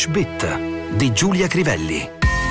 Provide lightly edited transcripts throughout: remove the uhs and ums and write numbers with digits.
English Bit di Giulia Crivelli.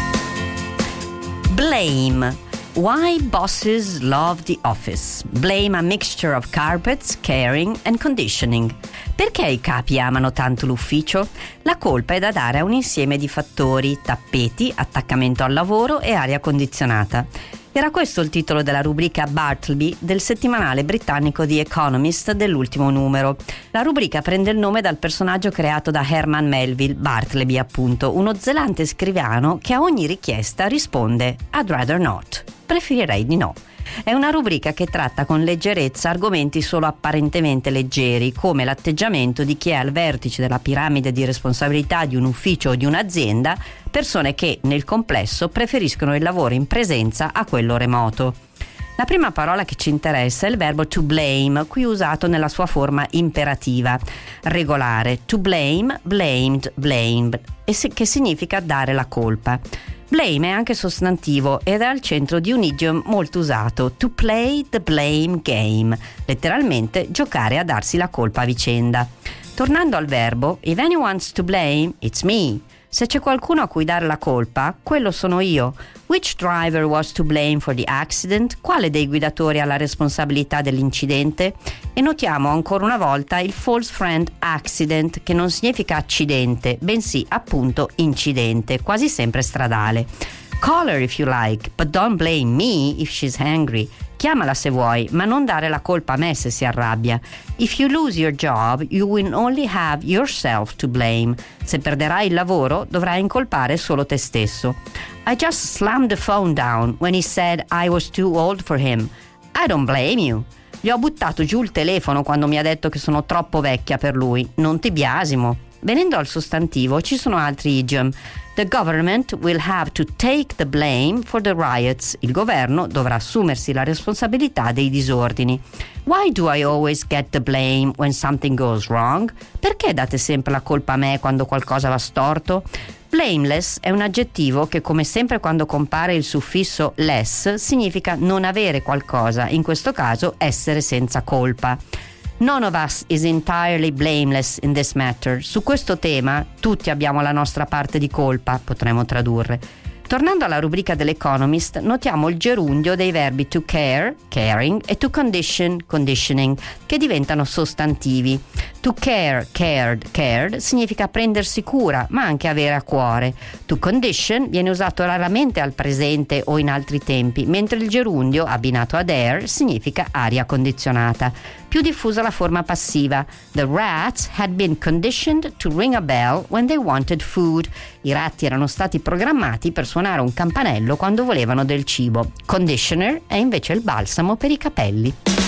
Blame. Why bosses love the office. Blame a mixture of carpets, caring and conditioning. Perché i capi amano tanto l'ufficio? La colpa è da dare a un insieme di fattori: tappeti, attaccamento al lavoro e aria condizionata. Era questo il titolo della rubrica Bartleby del settimanale britannico The Economist dell'ultimo numero. La rubrica prende il nome dal personaggio creato da Herman Melville, Bartleby appunto, uno zelante scriviano che a ogni richiesta risponde I'd rather not. Preferirei di no. È una rubrica che tratta con leggerezza argomenti solo apparentemente leggeri, come l'atteggiamento di chi è al vertice della piramide di responsabilità di un ufficio o di un'azienda, persone che nel complesso preferiscono il lavoro in presenza a quello remoto. La prima parola che ci interessa è il verbo to blame, qui usato nella sua forma imperativa, regolare. To blame, blamed, blamed, che significa dare la colpa. Blame è anche sostantivo ed è al centro di un idiom molto usato, to play the blame game, letteralmente giocare a darsi la colpa a vicenda. Tornando al verbo, if anyone's to blame, it's me. Se c'è qualcuno a cui dare la colpa, quello sono io. Which driver was to blame for the accident? Quale dei guidatori ha la responsabilità dell'incidente? E notiamo ancora una volta il false friend accident, che non significa accidente, bensì appunto incidente, quasi sempre stradale. Call her if you like, but don't blame me if she's angry. Chiamala se vuoi, ma non dare la colpa a me se si arrabbia. If you lose your job, you will only have yourself to blame. Se perderai il lavoro, dovrai incolpare solo te stesso. I just slammed the phone down when he said I was too old for him. I don't blame you. Gli ho buttato giù il telefono quando mi ha detto che sono troppo vecchia per lui. Non ti biasimo. Venendo al sostantivo, ci sono altri idiom. The government will have to take the blame for the riots. Il governo dovrà assumersi la responsabilità dei disordini. Why do I always get the blame when something goes wrong? Perché date sempre la colpa a me quando qualcosa va storto? Blameless è un aggettivo che, come sempre quando compare il suffisso less, significa non avere qualcosa, in questo caso essere senza colpa. None of us is entirely blameless in this matter. Su questo tema tutti abbiamo la nostra parte di colpa, potremmo tradurre. Tornando alla rubrica dell'Economist, notiamo il gerundio dei verbi to care, caring, e to condition, conditioning, che diventano sostantivi. To care, cared, cared significa prendersi cura, ma anche avere a cuore. To condition viene usato raramente al presente o in altri tempi, mentre il gerundio, abbinato ad air, significa aria condizionata. Più diffusa la forma passiva. The rats had been conditioned to ring a bell when they wanted food. I ratti erano stati programmati per suonare un campanello quando volevano del cibo. Conditioner è invece il balsamo per i capelli.